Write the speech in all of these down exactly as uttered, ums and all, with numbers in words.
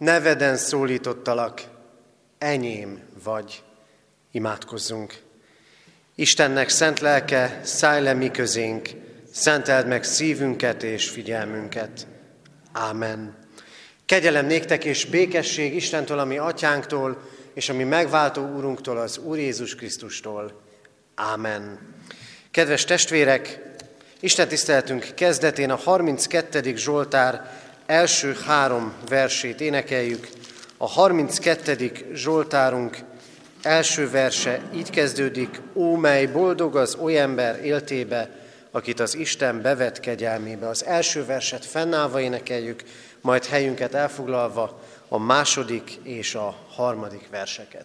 neveden szólítottalak, enyém vagy. Imádkozzunk. Istennek szent lelke, szállj le mi közénk, szenteld meg szívünket és figyelmünket. Ámen. Kegyelem néktek és békesség Istentől, ami atyánktól, és ami megváltó úrunktól, az Úr Jézus Krisztustól. Ámen. Kedves testvérek, Isten tiszteletünk kezdetén a harminckettedik Zsoltár első három versét énekeljük. A harminckettedik Zsoltárunk első verse így kezdődik: Ó, mely boldog az oly ember éltébe, akit az Isten bevet kegyelmébe. Az első verset fennállva énekeljük, majd helyünket elfoglalva a második és a harmadik verseket.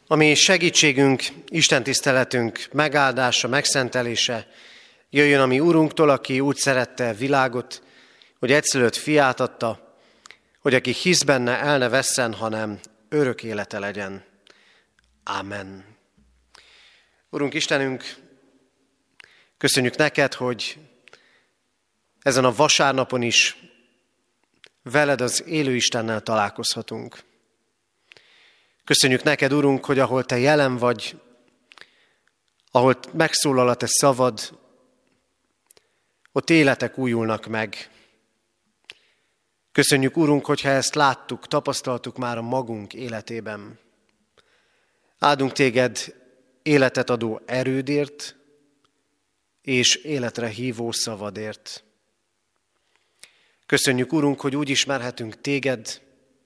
Ami segítségünk, Isten tiszteletünk megáldása, megszentelése jöjjön a mi Úrunktól, aki úgy szerette világot, hogy egyszülött fiát adta, hogy aki hisz benne, el ne vesszen, hanem örök élete legyen. Ámen. Urunk Istenünk, köszönjük neked, hogy ezen a vasárnapon is veled, az élő Istennel találkozhatunk. Köszönjük neked, Urunk, hogy ahol te jelen vagy, ahol megszólal a te szavad, ott életek újulnak meg. Köszönjük, Urunk, hogyha ezt láttuk, tapasztaltuk már a magunk életében. Áldunk téged életet adó erődért és életre hívó szavadért. Köszönjük, Urunk, hogy úgy ismerhetünk téged,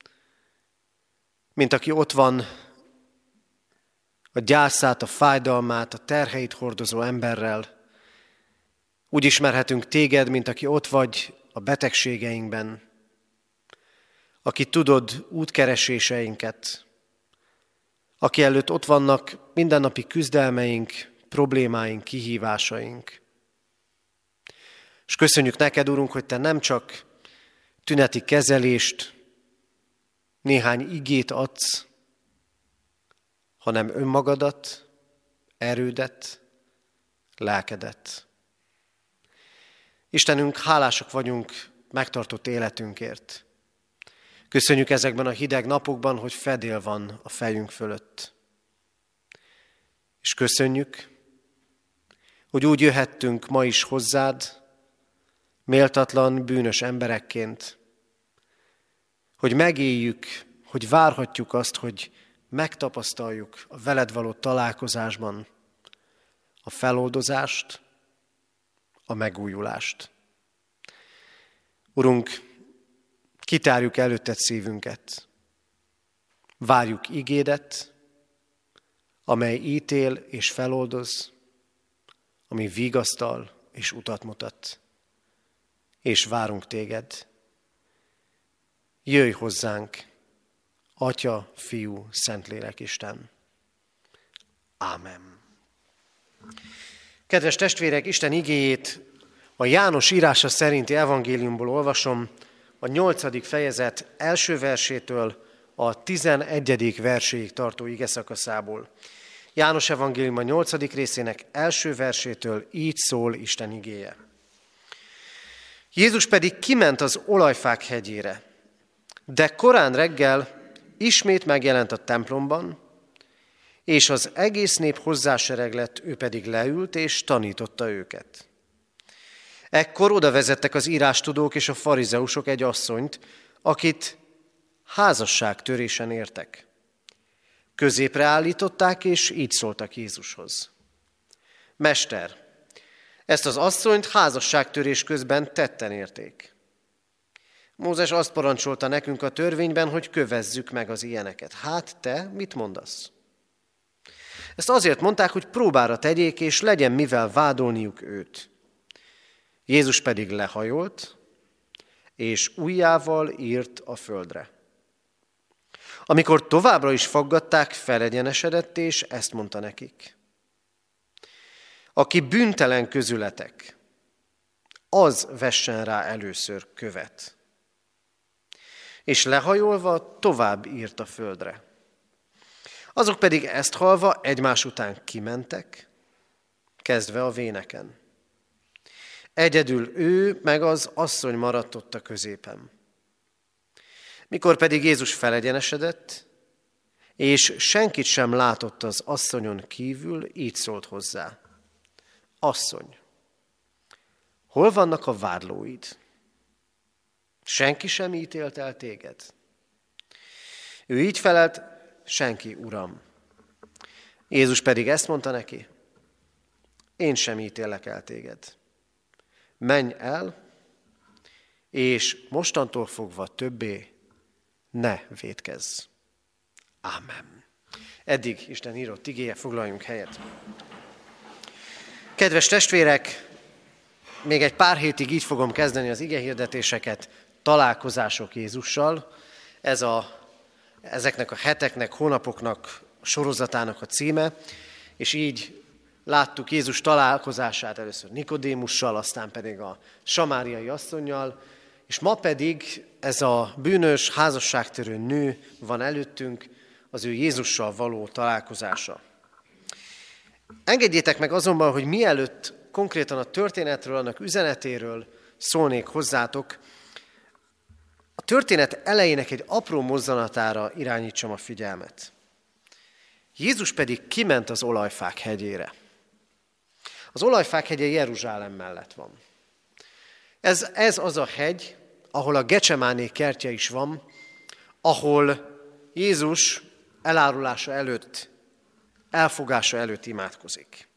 mint aki ott van a gyászát, a fájdalmát, a terheit hordozó emberrel. Úgy ismerhetünk téged, mint aki ott vagy a betegségeinkben, aki tudod útkereséseinket, aki előtt ott vannak mindennapi küzdelmeink, problémáink, kihívásaink. És köszönjük neked, Urunk, hogy te nem csak tüneti kezelést, néhány igét adsz, hanem önmagadat, erődet, lelkedet. Istenünk, hálásak vagyunk megtartott életünkért. Köszönjük ezekben a hideg napokban, hogy fedél van a fejünk fölött. És köszönjük, hogy úgy jöhettünk ma is hozzád, méltatlan, bűnös emberekként, hogy megéljük, hogy várhatjuk azt, hogy megtapasztaljuk a veled való találkozásban a feloldozást, a megújulást. Urunk, kitárjuk előtted szívünket. Várjuk igédet, amely ítél és feloldoz, ami vigasztal és utat mutat. És várunk téged. Jöjj hozzánk, Atya, Fiú, Szentlélek Isten. Ámen. Kedves testvérek, Isten igéjét a János írása szerinti evangéliumból olvasom, a nyolcadik fejezet első versétől a tizenegyedik verséig tartó igeszakaszából. János evangélium a nyolcadik részének első versétől így szól Isten igéje. Jézus pedig kiment az olajfák hegyére, de korán reggel ismét megjelent a templomban, és az egész nép hozzásereglett, ő pedig leült és tanította őket. Ekkor oda vezettek az írástudók és a farizeusok egy asszonyt, akit házasságtörésen értek. Középre állították, és így szóltak Jézushoz. Mester, ezt az asszonyt házasságtörés közben tetten érték. Mózes azt parancsolta nekünk a törvényben, hogy kövezzük meg az ilyeneket. Hát te mit mondasz? Ezt azért mondták, hogy próbára tegyék, és legyen mivel vádolniuk őt. Jézus pedig lehajolt, és ujjával írt a földre. Amikor továbbra is faggatták, felegyenesedett, és ezt mondta nekik. Aki bűntelen közületek, az vessen rá először követ. És lehajolva tovább írt a földre. Azok pedig ezt hallva egymás után kimentek, kezdve a véneken. Egyedül ő meg az asszony maradt ott a középen. Mikor pedig Jézus felegyenesedett, és senkit sem látott az asszonyon kívül, így szólt hozzá. Asszony, hol vannak a vádlóid? Senki sem ítélt el téged? Ő így felelt, senki, Uram. Jézus pedig ezt mondta neki, én sem ítélek el téged. Menj el, és mostantól fogva többé ne vétkezz. Ámen. Eddig Isten írott igéje, foglaljunk helyet. Kedves testvérek, még egy pár hétig így fogom kezdeni az igehirdetéseket, találkozások Jézussal. Ez a, ezeknek a heteknek, hónapoknak sorozatának a címe, és így láttuk Jézus találkozását először Nikodémussal, aztán pedig a samáriai asszonnyal, és ma pedig ez a bűnös, házasságtörő nő van előttünk, az ő Jézussal való találkozása. Engedjétek meg azonban, hogy mielőtt konkrétan a történetről, annak üzenetéről szólnék hozzátok, a történet elejének egy apró mozzanatára irányítsam a figyelmet. Jézus pedig kiment az Olajfák hegyére. Az Olajfák hegye Jeruzsálem mellett van. Ez, ez az a hegy, ahol a Gecsemáné kertje is van, ahol Jézus elárulása előtt, elfogása előtt imádkozik.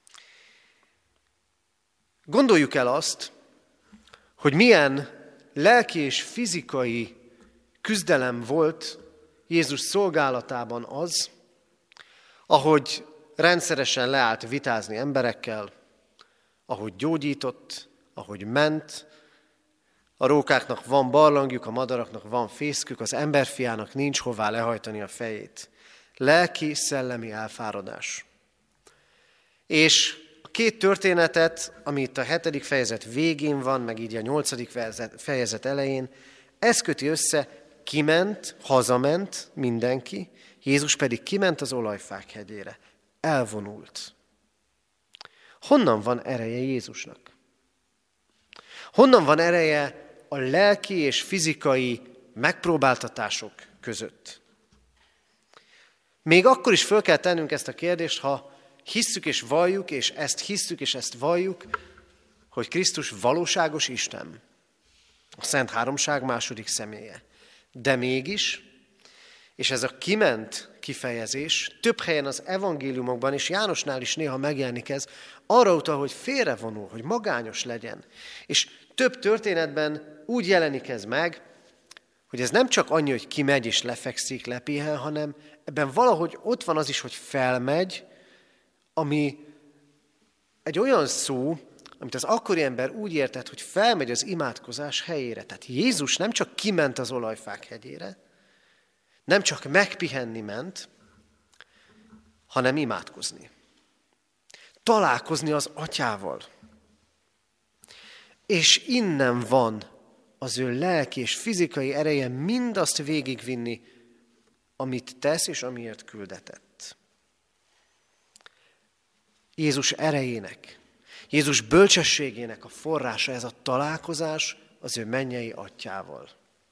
Gondoljuk el azt, hogy milyen lelki és fizikai küzdelem volt Jézus szolgálatában az, ahogy rendszeresen leállt vitázni emberekkel, ahogy gyógyított, ahogy ment, a rókáknak van barlangjuk, a madaraknak van fészkük, az emberfiának nincs hová lehajtani a fejét. Lelki, szellemi elfáradás. És a két történetet, ami itt a hetedik fejezet végén van, meg így a nyolcadik fejezet elején, ez köti össze, kiment, hazament mindenki, Jézus pedig kiment az Olajfák hegyére. Elvonult. Honnan van ereje Jézusnak? Honnan van ereje a lelki és fizikai megpróbáltatások között? Még akkor is föl kell tennünk ezt a kérdést, ha hisszük és valljuk, és ezt hisszük és ezt valljuk, hogy Krisztus valóságos Isten, a Szent Háromság második személye. De mégis, és ez a kiment kifejezés több helyen az evangéliumokban, és Jánosnál is néha megjelenik ez, arra utal, hogy félrevonul, hogy magányos legyen. És több történetben úgy jelenik ez meg, hogy ez nem csak annyi, hogy kimegy és lefekszik, lepihen, hanem ebben valahogy ott van az is, hogy felmegy, ami egy olyan szó, amit az akkori ember úgy értett, hogy felmegy az imádkozás helyére. Tehát Jézus nem csak kiment az Olajfák hegyére, nem csak megpihenni ment, hanem imádkozni. Találkozni az Atyával. És innen van az ő lelki és fizikai ereje mindazt végigvinni, amit tesz és amiért küldetett. Jézus erejének, Jézus bölcsességének a forrása ez a találkozás az ő mennyei Atyával.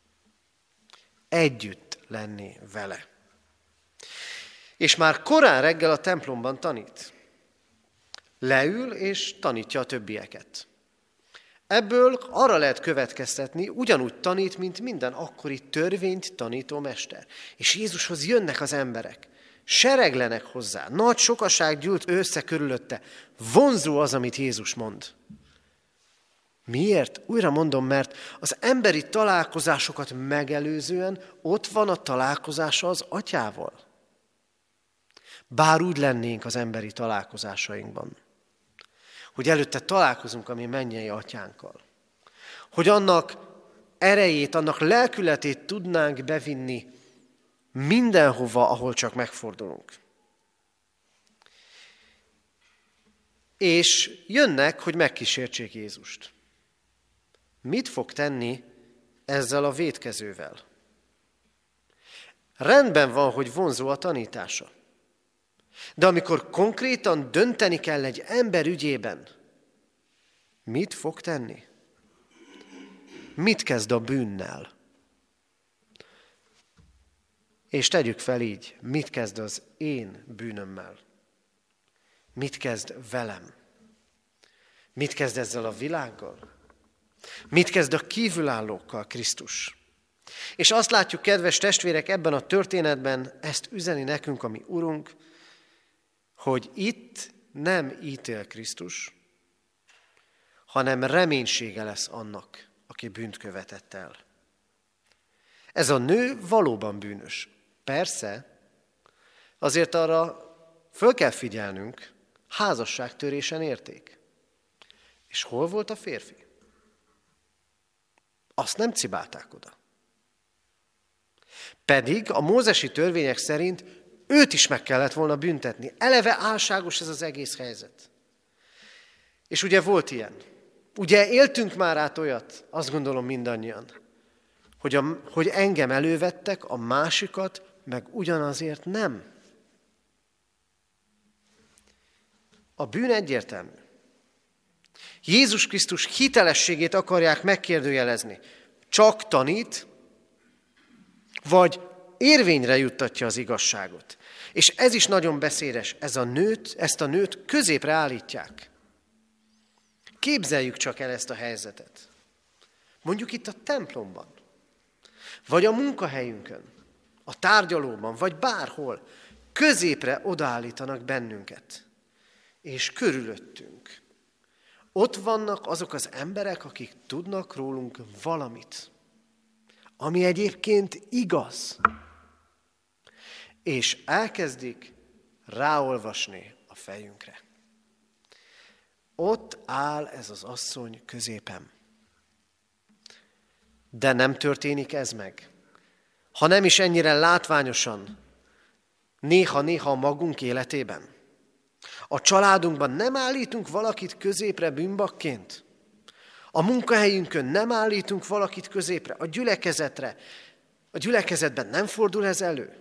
Együtt lenni vele. És már korán reggel a templomban tanít. Leül és tanítja a többieket. Ebből arra lehet következtetni, ugyanúgy tanít, mint minden akkori törvényt tanító mester. És Jézushoz jönnek az emberek, sereglenek hozzá, nagy sokaság gyűlt össze körülötte. Vonzó az, amit Jézus mond. Miért? Újra mondom, mert az emberi találkozásokat megelőzően ott van a találkozása az Atyával. Bár úgy lennénk az emberi találkozásainkban, hogy előtte találkozunk a mi mennyei Atyánkkal. Hogy annak erejét, annak lelkületét tudnánk bevinni mindenhova, ahol csak megfordulunk. És jönnek, hogy megkísértsék Jézust. Mit fog tenni ezzel a vétkezővel? Rendben van, hogy vonzó a tanítása. De amikor konkrétan dönteni kell egy ember ügyében, mit fog tenni? Mit kezd a bűnnel? És tegyük fel így, mit kezd az én bűnömmel? Mit kezd velem? Mit kezd ezzel a világgal? Mit kezd a kívülállókkal Krisztus? És azt látjuk, kedves testvérek, ebben a történetben ezt üzeni nekünk a mi Urunk, hogy itt nem ítél Krisztus, hanem reménysége lesz annak, aki bűnt követett el. Ez a nő valóban bűnös. Persze, azért arra föl kell figyelnünk, házasságtörésen érték. És hol volt a férfi? Azt nem cibálták oda. Pedig a mózesi törvények szerint Őt is meg kellett volna büntetni. Eleve álságos ez az egész helyzet. És ugye volt ilyen. Ugye éltünk már át olyat, azt gondolom mindannyian, hogy, a, hogy engem elővettek, a másikat meg ugyanazért nem. A bűn egyértelmű. Jézus Krisztus hitelességét akarják megkérdőjelezni. Csak tanít, vagy érvényre juttatja az igazságot. És ez is nagyon beszédes. Ez a nőt, ezt a nőt középre állítják. Képzeljük csak el ezt a helyzetet. Mondjuk itt a templomban, vagy a munkahelyünkön, a tárgyalóban, vagy bárhol középre odaállítanak bennünket. És körülöttünk. Ott vannak azok az emberek, akik tudnak rólunk valamit, ami egyébként igaz. És elkezdik ráolvasni a fejünkre. Ott áll ez az asszony középen. De nem történik ez meg. Ha nem is ennyire látványosan, néha-néha a magunk életében. A családunkban nem állítunk valakit középre bűnbakként. A munkahelyünkön nem állítunk valakit középre. A gyülekezetre. A gyülekezetben nem fordul ez elő.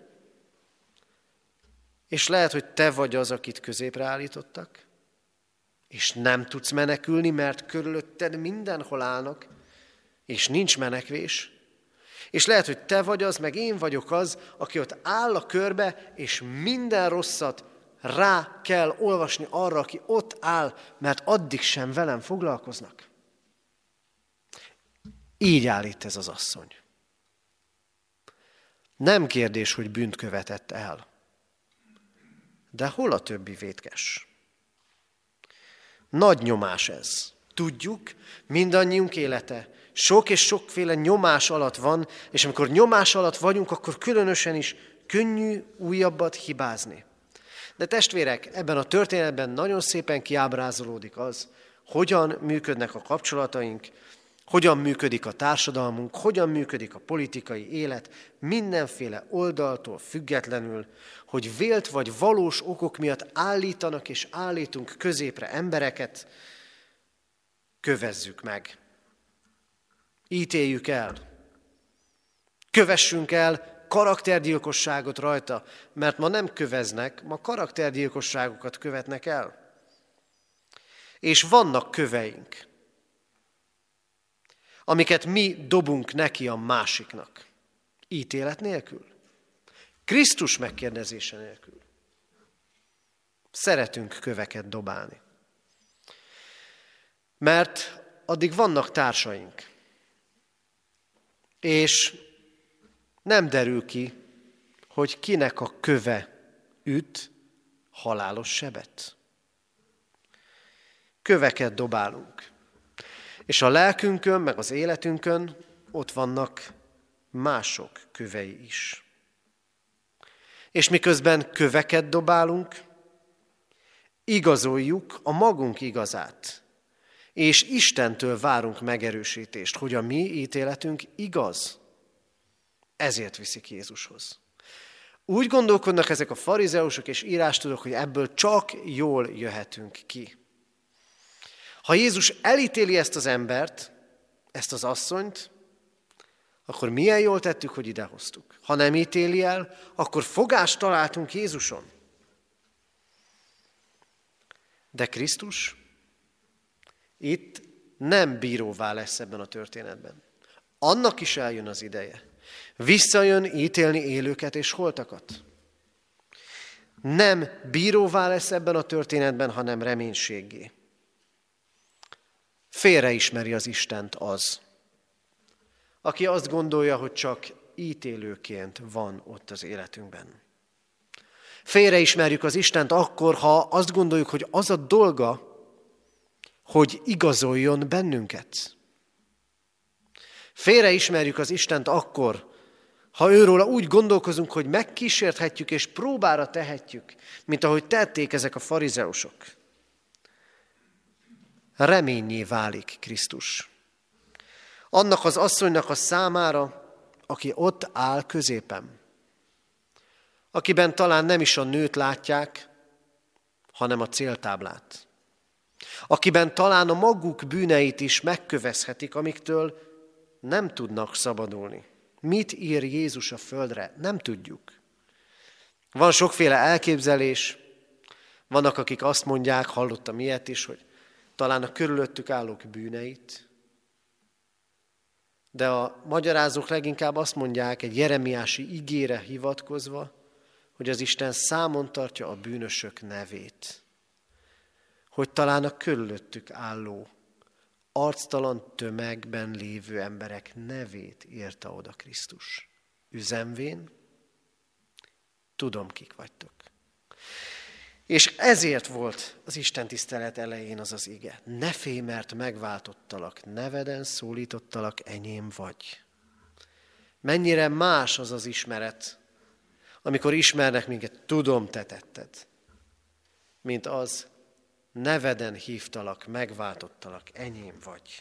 És lehet, hogy te vagy az, akit középre állítottak, és nem tudsz menekülni, mert körülötted mindenhol állnak, és nincs menekvés. És lehet, hogy te vagy az, meg én vagyok az, aki ott áll a körbe, és minden rosszat rá kell olvasni arra, aki ott áll, mert addig sem velem foglalkoznak. Így állít ez az asszony. Nem kérdés, hogy bűnt követett el. De hol a többi vétkes? Nagy nyomás ez. Tudjuk, mindannyiunk élete sok és sokféle nyomás alatt van, és amikor nyomás alatt vagyunk, akkor különösen is könnyű újabbat hibázni. De testvérek, ebben a történetben nagyon szépen kiábrázolódik az, hogyan működnek a kapcsolataink, hogyan működik a társadalmunk, hogyan működik a politikai élet, mindenféle oldaltól függetlenül, hogy vélt vagy valós okok miatt állítanak és állítunk középre embereket, kövezzük meg. Ítéljük el. Kövessünk el karaktergyilkosságot rajta, mert ma nem köveznek, ma karaktergyilkosságokat követnek el. És vannak köveink, amiket mi dobunk neki a másiknak. Ítélet nélkül. Krisztus megkérdezése nélkül. Szeretünk köveket dobálni. Mert addig vannak társaink. És nem derül ki, hogy kinek a köve üt halálos sebet. Köveket dobálunk. És a lelkünkön, meg az életünkön ott vannak mások kövei is. És miközben köveket dobálunk, igazoljuk a magunk igazát. És Istentől várunk megerősítést, hogy a mi ítéletünk igaz. Ezért viszik Jézushoz. Úgy gondolkodnak ezek a farizeusok és írástudók, hogy ebből csak jól jöhetünk ki. Ha Jézus elítéli ezt az embert, ezt az asszonyt, akkor milyen jól tettük, hogy idehoztuk. Ha nem ítéli el, akkor fogást találtunk Jézuson. De Krisztus itt nem bíróvá lesz ebben a történetben. Annak is eljön az ideje. Visszajön ítélni élőket és holtakat. Nem bíróvá lesz ebben a történetben, hanem reménységgé. Félreismeri az Istent az, aki azt gondolja, hogy csak ítélőként van ott az életünkben. Félreismerjük az Istent akkor, ha azt gondoljuk, hogy az a dolga, hogy igazoljon bennünket. Félreismerjük az Istent akkor, ha őróla úgy gondolkozunk, hogy megkísérthetjük és próbára tehetjük, mint ahogy tették ezek a farizeusok. Reményé válik Krisztus. Annak az asszonynak a számára, aki ott áll középen. akiben talán nem is a nőt látják, hanem a céltáblát. Akiben talán a maguk bűneit is megkövezhetik, amiktől nem tudnak szabadulni. Mit ír Jézus a földre? Nem tudjuk. Van sokféle elképzelés, vannak, akik azt mondják, hallottam ilyet is, hogy talán a körülöttük állók bűneit, de a magyarázók leginkább azt mondják, egy jeremiási igére hivatkozva, hogy az Isten számon tartja a bűnösök nevét. Hogy talán a körülöttük álló, arctalan tömegben lévő emberek nevét írta oda Krisztus. Üzenvén, tudom, kik vagytok. És ezért volt az Isten tisztelet elején az az ige. Ne félj, mert megváltottalak, neveden szólítottalak, enyém vagy. Mennyire más az az ismeret, amikor ismernek minket, tudom, te tetted, mint az, neveden hívtalak, megváltottalak, enyém vagy.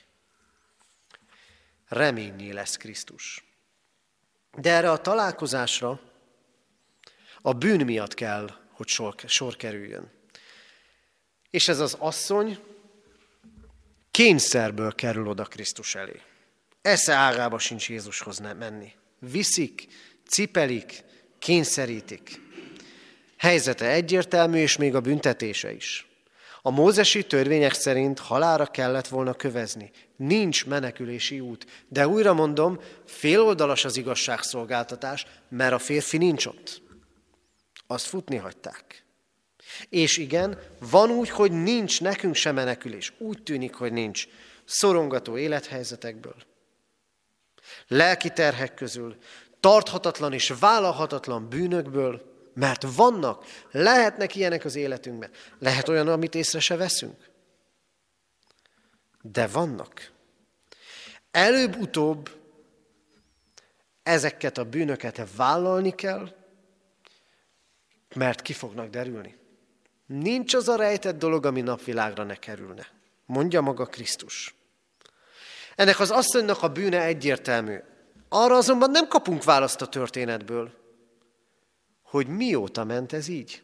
Reményé lesz Krisztus. De erre a találkozásra a bűn miatt kell, hogy sor, sor kerüljön. És ez az asszony kényszerből kerül oda Krisztus elé. Esze ágába sincs Jézushoz menni. Viszik, cipelik, kényszerítik. Helyzete egyértelmű, és még a büntetése is. A mózesi törvények szerint halálra kellett volna kövezni. Nincs menekülési út. De újra mondom, féloldalas az igazságszolgáltatás, mert a férfi nincs ott. Azt futni hagyták. És igen, van úgy, hogy nincs nekünk sem menekülés. Úgy tűnik, hogy nincs. Szorongató élethelyzetekből, lelki terhek közül, tarthatatlan és vállalhatatlan bűnökből, mert vannak, lehetnek ilyenek az életünkben. Lehet olyan, amit észre se veszünk. De vannak. Előbb-utóbb ezeket a bűnöket vállalni kell, mert ki fognak derülni. Nincs az a rejtett dolog, ami napvilágra ne kerülne. Mondja maga Krisztus. Ennek az asszonynak a bűne egyértelmű. Arra azonban nem kapunk választ a történetből, hogy mióta ment ez így.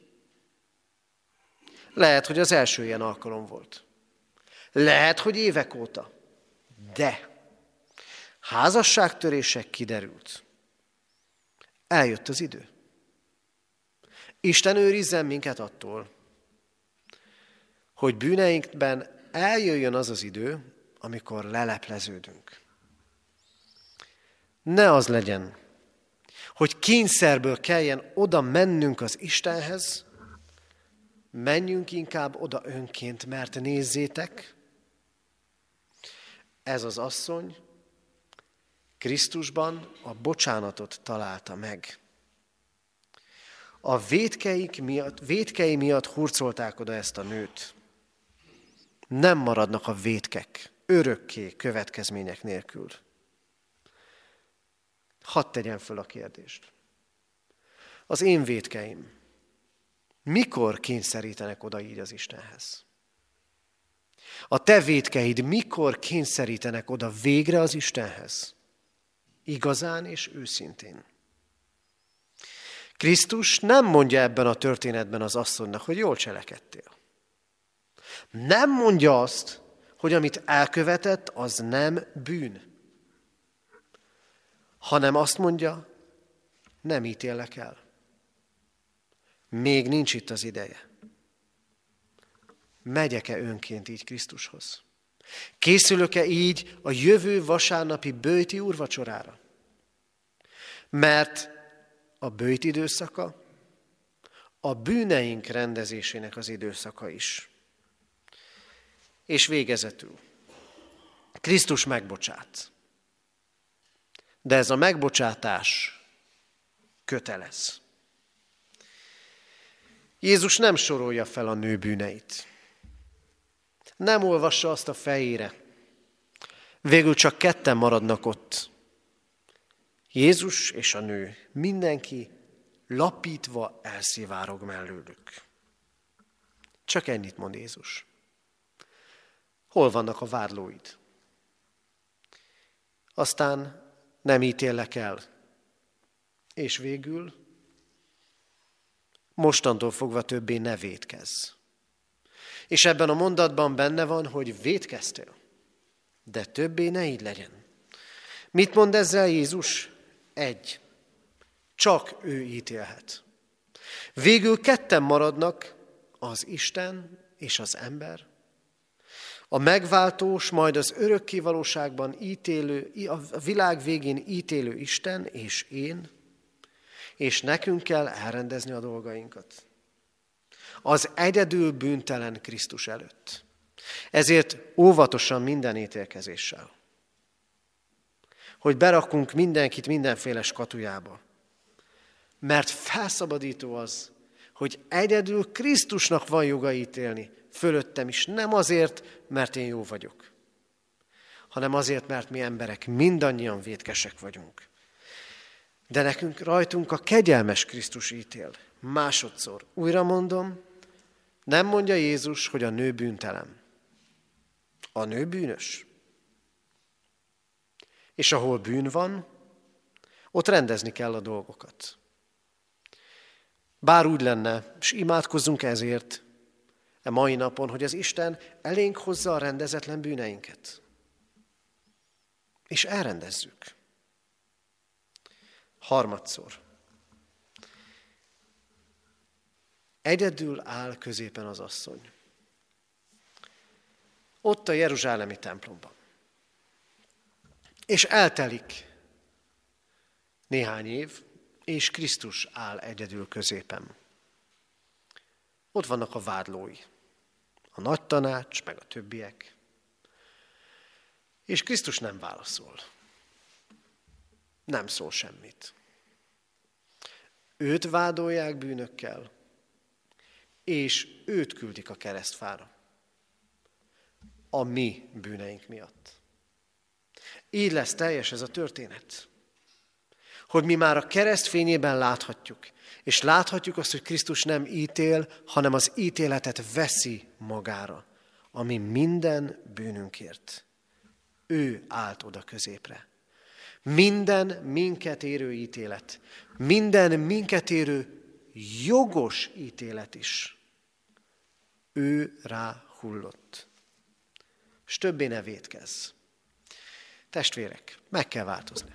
Lehet, hogy az első ilyen alkalom volt. Lehet, hogy évek óta. De házasságtörések kiderült. Eljött az idő. Isten őrizzen minket attól, hogy bűneinkben eljöjjön az az idő, amikor lelepleződünk. Ne az legyen, hogy kényszerből kelljen oda mennünk az Istenhez, menjünk inkább oda önként, mert nézzétek, ez az asszony Krisztusban a bocsánatot találta meg. A vétkeik miatt, vétkei miatt hurcolták oda ezt a nőt. Nem maradnak a vétkek örökké következmények nélkül. Hadd tegyen föl a kérdést. Az én vétkeim mikor kényszerítenek oda így az Istenhez? A te vétkeid mikor kényszerítenek oda végre az Istenhez? Igazán és őszintén. Krisztus nem mondja ebben a történetben az asszonynak, hogy jól cselekedtél. Nem mondja azt, hogy amit elkövetett, az nem bűn. Hanem azt mondja, nem ítélek el. Még nincs itt az ideje. Megyek-e önként így Krisztushoz? Készülök-e így a jövő vasárnapi böjti úrvacsorára? Mert a böjt időszaka a bűneink rendezésének az időszaka is. És végezetül. Krisztus megbocsát. De ez a megbocsátás kötelez. Jézus nem sorolja fel a nő bűneit. Nem olvassa azt a fejére. Végül csak ketten maradnak ott. Jézus és a nő. Mindenki lapítva elszivárog mellőlük. Csak ennyit mond Jézus. Hol vannak a vádlóid? Aztán nem ítélek el. És végül mostantól fogva többé ne vétkezz. És ebben a mondatban benne van, hogy vétkeztél, de többé ne így legyen. Mit mond ezzel Jézus? Egy. Csak ő ítélhet. Végül ketten maradnak, az Isten és az ember. A megváltós, majd az örökké valóságban ítélő, a világ végén ítélő Isten és én, és nekünk kell elrendezni a dolgainkat. Az egyedül bűntelen Krisztus előtt. Ezért óvatosan minden ítélkezéssel. Hogy berakunk mindenkit mindenféle skatujába. Mert felszabadító az, hogy egyedül Krisztusnak van joga ítélni, fölöttem is. Nem azért, mert én jó vagyok, hanem azért, mert mi emberek mindannyian vétkesek vagyunk. De nekünk rajtunk a kegyelmes Krisztus ítél. Másodszor, újra mondom, nem mondja Jézus, hogy a nő bűntelen. A nő bűnös. És ahol bűn van, ott rendezni kell a dolgokat. Bár úgy lenne, és imádkozzunk ezért e mai napon, hogy az Isten elénk hozza a rendezetlen bűneinket. És elrendezzük. Harmadszor. Egyedül áll középen az asszony. Ott a jeruzsálemi templomban. És eltelik néhány év, és Krisztus áll egyedül középen. Ott vannak a vádlói, a nagy tanács, meg a többiek. És Krisztus nem válaszol. Nem szól semmit. Őt vádolják bűnökkel, és őt küldik a keresztfára. A mi bűneink miatt. Így lesz teljes ez a történet. Hogy mi már a kereszt fényében láthatjuk, és láthatjuk azt, hogy Krisztus nem ítél, hanem az ítéletet veszi magára, ami minden bűnünkért. Ő állt oda középre. Minden minket érő ítélet, minden minket érő jogos ítélet is ő rá hullott. És többé ne vétkezz. Testvérek, meg kell változni.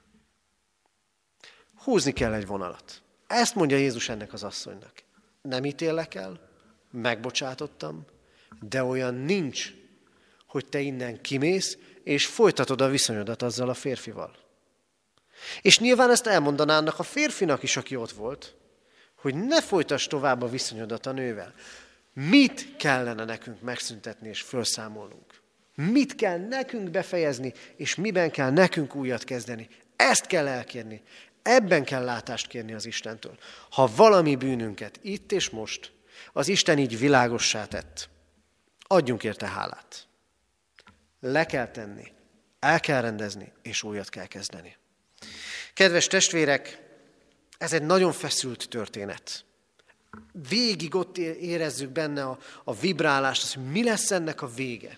Húzni kell egy vonalat. Ezt mondja Jézus ennek az asszonynak. Nem ítélek el, megbocsátottam, de olyan nincs, hogy te innen kimész, és folytatod a viszonyodat azzal a férfival. És nyilván ezt elmondaná annak a férfinak is, aki ott volt, hogy ne folytass tovább a viszonyodat a nővel. Mit kellene nekünk megszüntetni és felszámolnunk? Mit kell nekünk befejezni, és miben kell nekünk újat kezdeni? Ezt kell elkérni. Ebben kell látást kérni az Istentől. Ha valami bűnünket itt és most az Isten így világossá tett, adjunk érte hálát. Le kell tenni, el kell rendezni, és újat kell kezdeni. Kedves testvérek, ez egy nagyon feszült történet. Végig ott érezzük benne a, a vibrálást, az, hogy mi lesz ennek a vége.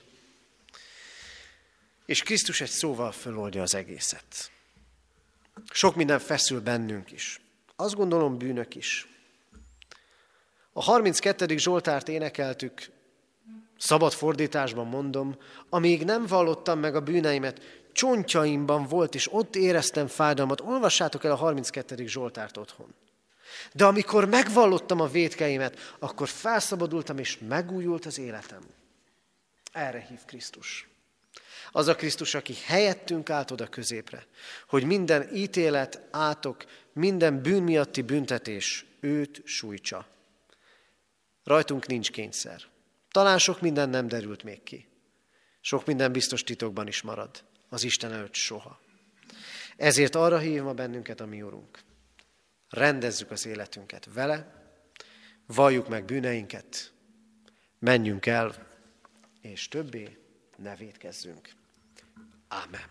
És Krisztus egy szóval föloldja az egészet. Sok minden feszül bennünk is. Azt gondolom, bűnök is. A harminckettedik Zsoltárt énekeltük, szabad fordításban mondom, amíg nem vallottam meg a bűneimet, csontjaimban volt, és ott éreztem fájdalmat. Olvassátok el a harminckettedik Zsoltárt otthon. De amikor megvallottam a vétkeimet, akkor felszabadultam, és megújult az életem. Erre hív Krisztus. Az a Krisztus, aki helyettünk állt oda középre, hogy minden ítélet, átok, minden bűn miatti büntetés őt sújtsa. Rajtunk nincs kényszer. Talán sok minden nem derült még ki. Sok minden biztos titokban is marad. Az Isten előtt soha. Ezért arra hív ma bennünket a mi Urunk. Rendezzük az életünket vele, valljuk meg bűneinket, menjünk el, és többé ne vétkezzünk. Ámen.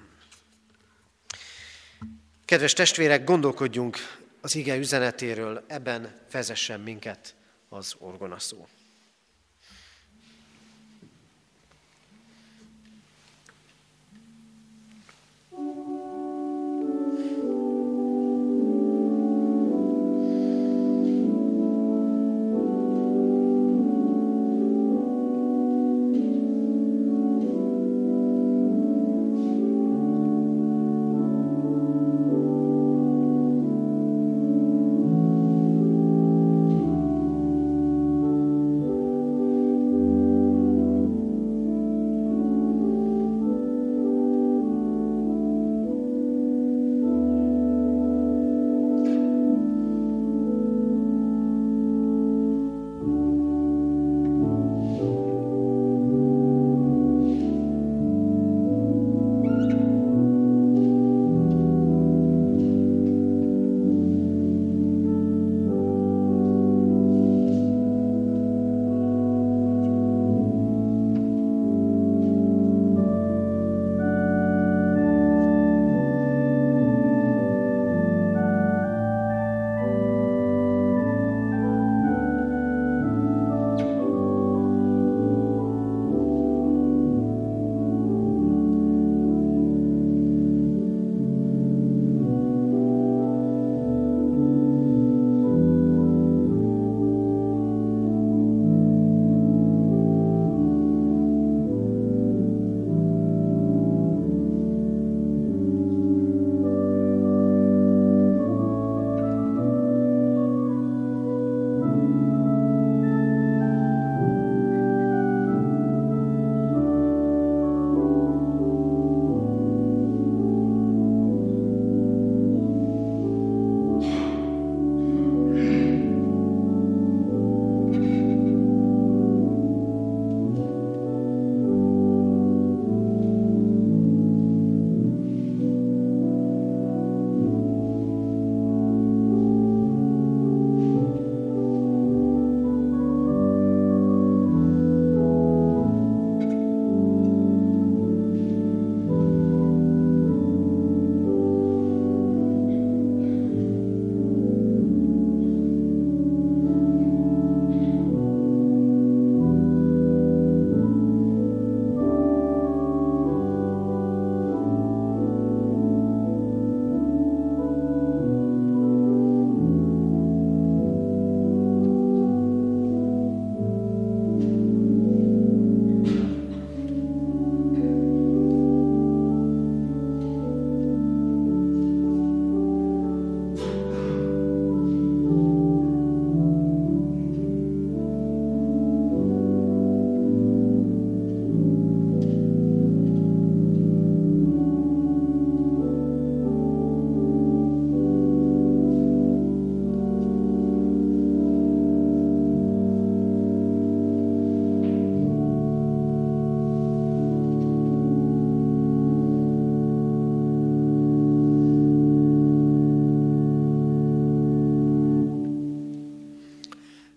Kedves testvérek, gondolkodjunk az ige üzenetéről, ebben vezessen minket az orgonaszó.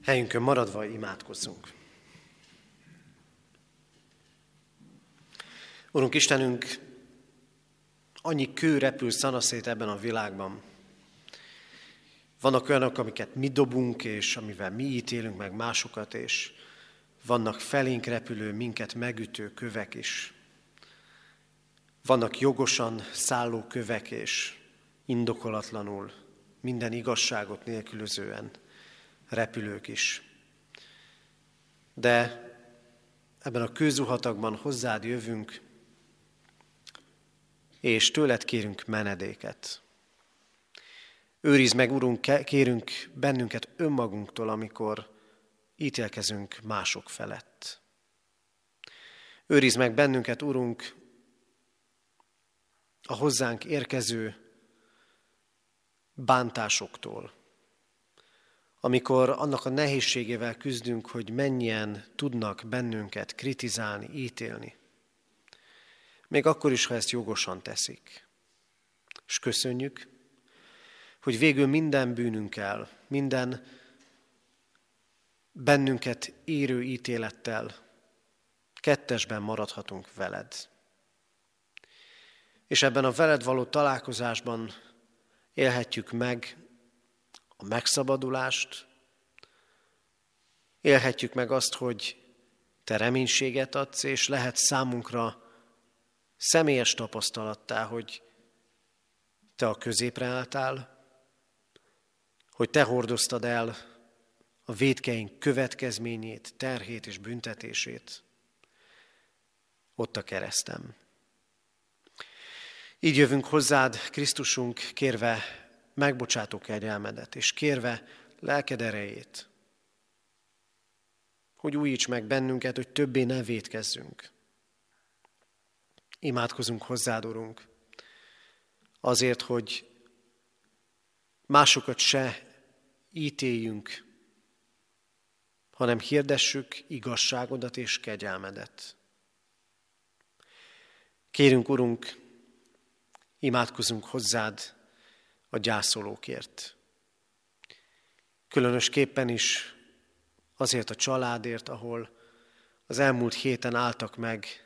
Helyünkön maradva imádkozzunk. Urunk Istenünk, annyi kő repül szanaszét ebben a világban. Vannak olyanok, amiket mi dobunk, és amivel mi ítélünk meg másokat, és vannak felénk repülő, minket megütő kövek is. Vannak jogosan szálló kövek, és indokolatlanul, minden igazságot nélkülözően repülők is. De ebben a kőzuhatagban hozzád jövünk, és tőled kérünk menedéket. Őrizd meg, Urunk, kérünk bennünket önmagunktól, amikor ítélkezünk mások felett. Őrizd meg bennünket, Urunk, a hozzánk érkező bántásoktól, amikor annak a nehézségével küzdünk, hogy mennyien tudnak bennünket kritizálni, ítélni. Még akkor is, ha ezt jogosan teszik. És köszönjük, hogy végül minden bűnünkkel, minden bennünket érő ítélettel kettesben maradhatunk veled. És ebben a veled való találkozásban élhetjük meg a megszabadulást, élhetjük meg azt, hogy te reménységet adsz, és lehet számunkra személyes tapasztalattá, hogy te a középre álltál, hogy te hordoztad el a vétkeink következményét, terhét és büntetését ott a kereszten. Így jövünk hozzád, Krisztusunk, kérve megbocsátó kegyelmedet, és kérve lelked erejét, hogy újíts meg bennünket, hogy többé ne vétkezzünk. Imádkozunk hozzád, Urunk, azért, hogy másokat se ítéljünk, hanem hirdessük igazságodat és kegyelmedet. Kérünk, Urunk, imádkozunk hozzád a gyászolókért. Különösképpen is azért a családért, ahol az elmúlt héten álltak meg,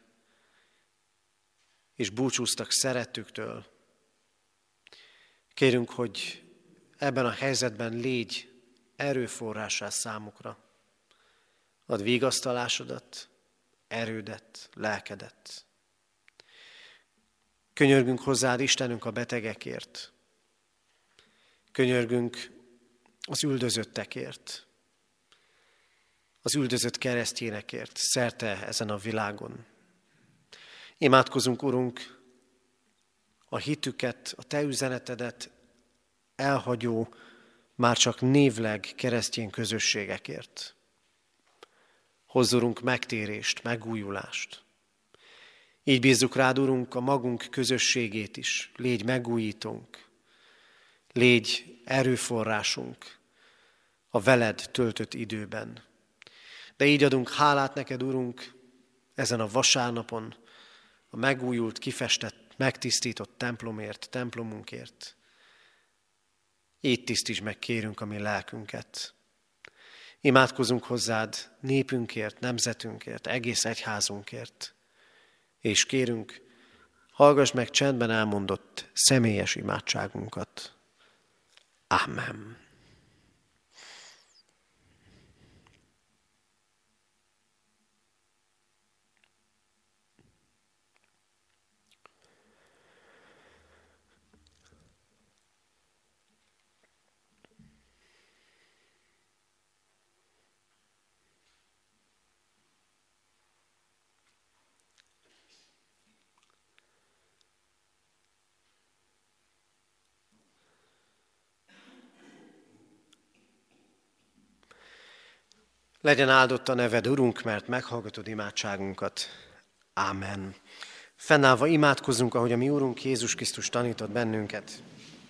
és búcsúztak szerettüktől. Kérünk, hogy ebben a helyzetben légy erőforrásá számukra. Add vigasztalásodat, erődet, lelkedet. Könyörgünk hozzád, Istenünk, a betegekért. Könyörgünk az üldözöttekért. Az üldözött keresztényekért szerte ezen a világon. Imádkozunk, Urunk, a hitüket, a te üzenetedet elhagyó, már csak névleg keresztény közösségekért. Hozz, Urunk, megtérést, megújulást. Így bízzuk rád, Urunk, a magunk közösségét is. Légy megújítónk, légy erőforrásunk a veled töltött időben. De így adunk hálát neked, Urunk, ezen a vasárnapon, a megújult, kifestett, megtisztított templomért, templomunkért. Így tisztíts meg, kérünk, a mi lelkünket. Imádkozunk hozzád népünkért, nemzetünkért, egész egyházunkért. És kérünk, hallgass meg csendben elmondott személyes imádságunkat. Amen. Legyen áldott a neved, Urunk, mert meghallgatod imádságunkat. Ámen. Fennállva imádkozzunk, ahogy a mi Urunk Jézus Krisztus tanított bennünket.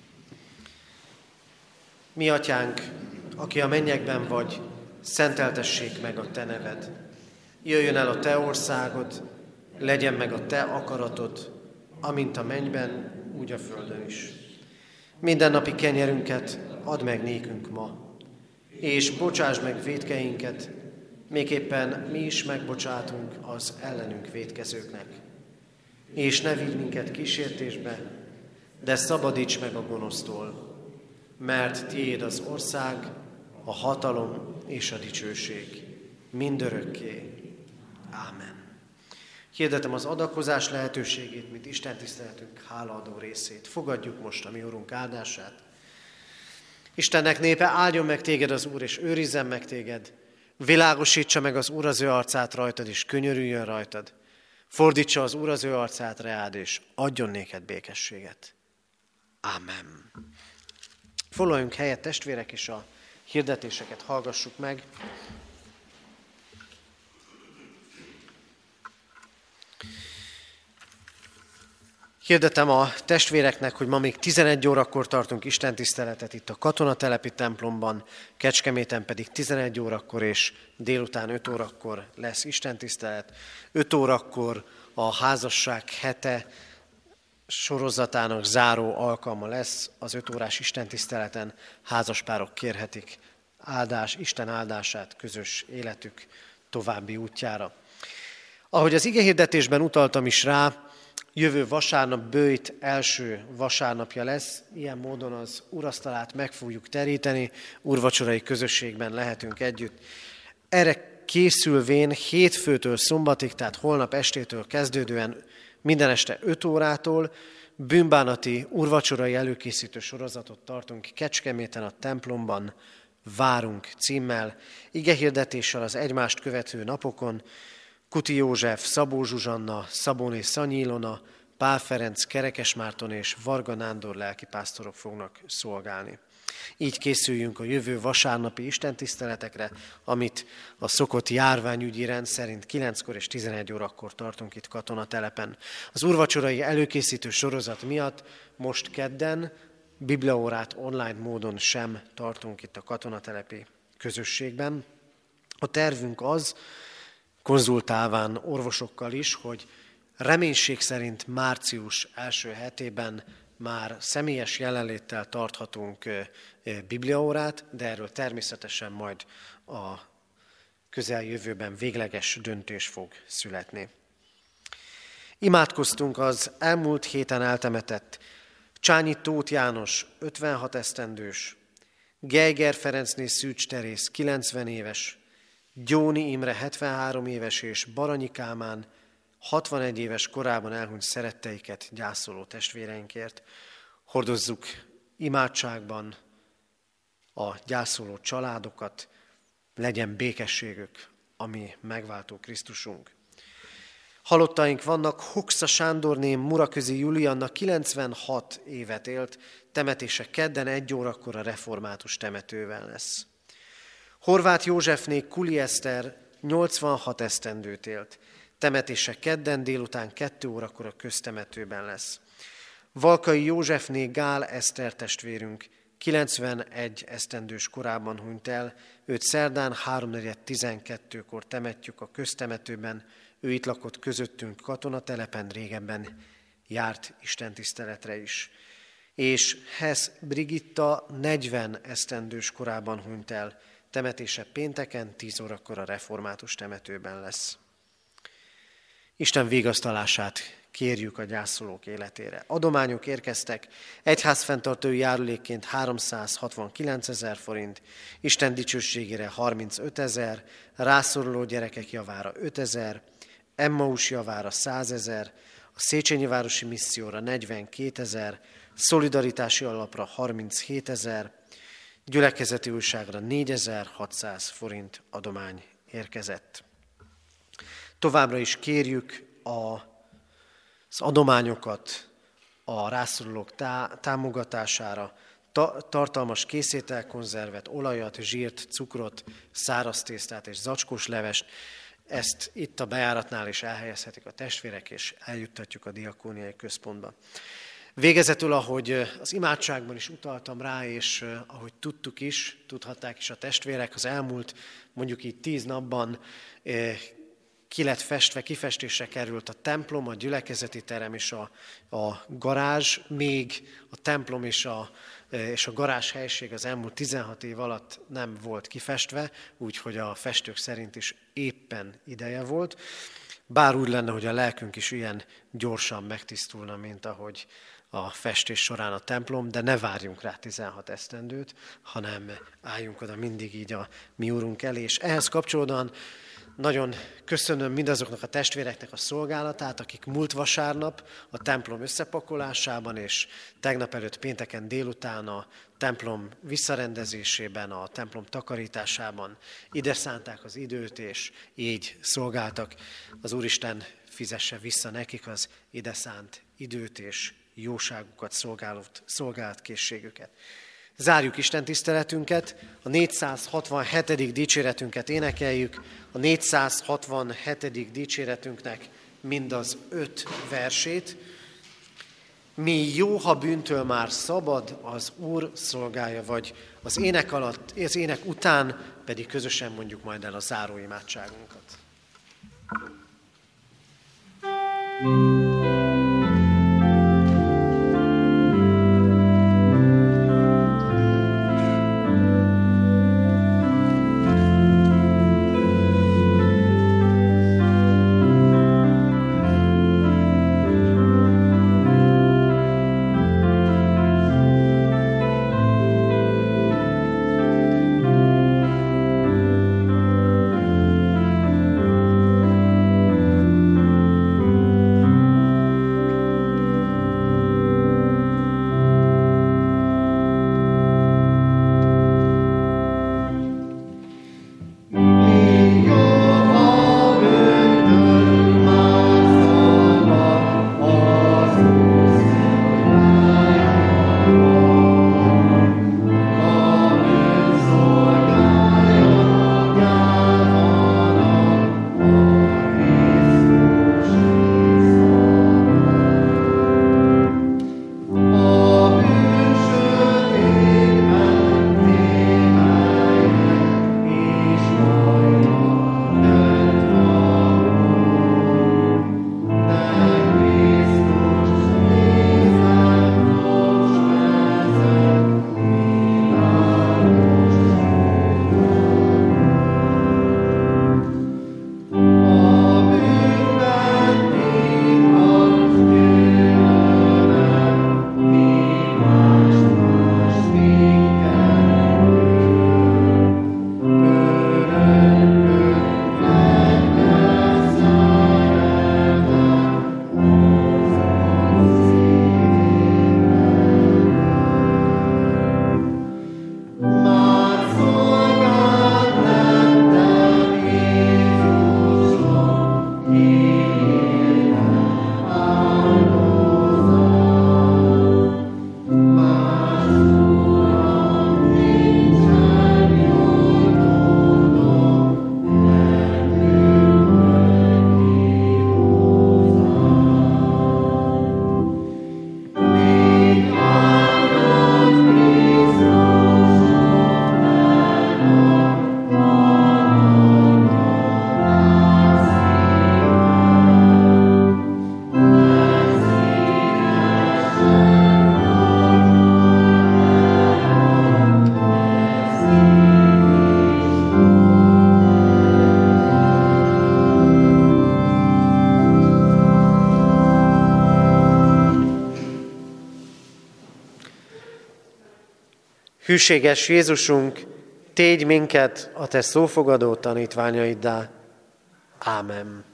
Mi atyánk, aki a mennyekben vagy, szenteltessék meg a te neved. Jöjjön el a te országod, legyen meg a te akaratod, amint a mennyben, úgy a földön is. Mindennapi kenyerünket add meg nékünk ma, és bocsáss meg vétkeinket, miképpen mi is megbocsátunk az ellenünk vétkezőknek. És ne vigy minket kísértésbe, de szabadíts meg a gonosztól, mert tiéd az ország, a hatalom és a dicsőség mindörökké. Ámen. Hirdetem az adakozás lehetőségét, mint Isten tiszteletünk hálaadó részét. Fogadjuk most a mi Urunk áldását. Istennek népe, áldjon meg téged az Úr, és őrizzen meg téged. Világosítsa meg az Úr az ő arcát rajtad, és könyörüljön rajtad. Fordítsa az Úr az ő arcát reád, és adjon néked békességet. Ámen. Foglaljunk helyet, testvérek, és a hirdetéseket hallgassuk meg. Hirdetem a testvéreknek, hogy ma még tizenegy órakor tartunk istentiszteletet itt a Katonatelepi templomban, Kecskeméten pedig tizenegy órakor és délután öt órakor lesz istentisztelet. öt órakor a házasság hete sorozatának záró alkalma lesz. Az öt órás istentiszteleten házaspárok kérhetik áldás, Isten áldását közös életük további útjára. Ahogy az igehirdetésben utaltam is rá, jövő vasárnap böjt első vasárnapja lesz, ilyen módon az úrasztalát meg fogjuk teríteni, úrvacsorai közösségben lehetünk együtt. Erre készülvén hétfőtől szombatig, tehát holnap estétől kezdődően minden este öt órától bűnbánati úrvacsorai előkészítő sorozatot tartunk Kecskeméten a templomban, Várunk címmel, igehirdetéssel az egymást követő napokon. Kuti József, Szabó Zsuzsanna, Szabóné Szanyi Ilona, Pál Ferenc, Kerekes Márton és Varga Nándor lelkipásztorok fognak szolgálni. Így készüljünk a jövő vasárnapi istentiszteletekre, amit a szokott járványügyi rend szerint kilenckor és tizenegy órakor tartunk itt Katonatelepen. Az úrvacsorai előkészítő sorozat miatt most kedden bibliaórát online módon sem tartunk itt a Katonatelepi közösségben. A tervünk az, konzultálván orvosokkal is, hogy reménység szerint március első hetében már személyes jelenléttel tarthatunk bibliaórát, de erről természetesen majd a közeljövőben végleges döntés fog születni. Imádkoztunk az elmúlt héten eltemetett Csányi Tóth János, ötvenhat esztendős, Geiger Ferencné Szűcs Terész, kilencven éves, Gyóni Imre, hetvenhárom éves, és Baranyi Kálmán, hatvanegy éves korában elhunyt szeretteiket gyászoló testvéreinkért. Hordozzuk imádságban a gyászoló családokat, legyen békességük, ami megváltó Krisztusunk. Halottaink vannak, Hoxa Sándorné Muraközi Julianna kilencvenhat évet élt, temetése kedden egy órakor a református temetőben lesz. Horváth Józsefné Kuli Eszter nyolcvanhat esztendőt élt, temetése kedden délután kettő órakor a köztemetőben lesz. Valkai Józsefné Gál Eszter testvérünk kilencvenegy esztendős korában hunyt el, őt szerdán háromnegyed tizenkettőkor temetjük a köztemetőben, ő itt lakott közöttünk Katonatelepen, régebben járt istentiszteletre is. És Hess Brigitta negyven esztendős korában hunyt el, temetése pénteken tíz órakor a református temetőben lesz. Isten vigasztalását kérjük a gyászolók életére. Adományok érkeztek, egyházfenntartói járulékként háromszázhatvankilencezer forint, Isten dicsőségére harmincötezer, rászoruló gyerekek javára ötezer, Emmaus javára százezer, a Széchenyi Városi Misszióra negyvenkétezer, Szolidaritási Alapra harminchétezer, Gyülekezeti Újságra négyezer-hatszáz forint adomány érkezett. Továbbra is kérjük a az adományokat a rászorulók tá- támogatására, ta- tartalmas készételkonzervet, olajat, zsírt, cukrot, száraz tésztát és zacskós levest. Ezt itt a bejáratnál is elhelyezhetik a testvérek, és eljuttatjuk a diakóniai központba. Végezetül, ahogy az imádságban is utaltam rá, és ahogy tudtuk is, tudhatták is a testvérek, az elmúlt mondjuk így tíz napban ki lett festve, kifestésre került a templom, a gyülekezeti terem és a, a garázs, még a templom és a és a garázshelyiség az elmúlt tizenhat év alatt nem volt kifestve, úgyhogy a festők szerint is éppen ideje volt. Bár úgy lenne, hogy a lelkünk is ilyen gyorsan megtisztulna, mint ahogy a festés során a templom, de ne várjunk rá tizenhat esztendőt, hanem álljunk oda mindig így a mi Úrunk elé. És ehhez kapcsolódóan nagyon köszönöm mindazoknak a testvéreknek a szolgálatát, akik múlt vasárnap a templom összepakolásában és tegnap előtt pénteken délután a templom visszarendezésében, a templom takarításában ide szánták az időt, és így szolgáltak. Az Úristen fizesse vissza nekik az ide szánt időt és jóságukat, szolgálat, szolgálatkészségüket. Zárjuk Isten tiszteletünket, a négyszázhatvanhetedik dicséretünket énekeljük, a négyszázhatvanhetedik dicséretünknek mind az öt versét. Mi jó, ha bűntől már szabad, az Úr szolgája vagy. Az ének alatt, az ének után pedig közösen mondjuk majd el a záró imádságunkat. Hűséges Jézusunk, tégy minket a te szófogadó tanítványaiddá. Ámen.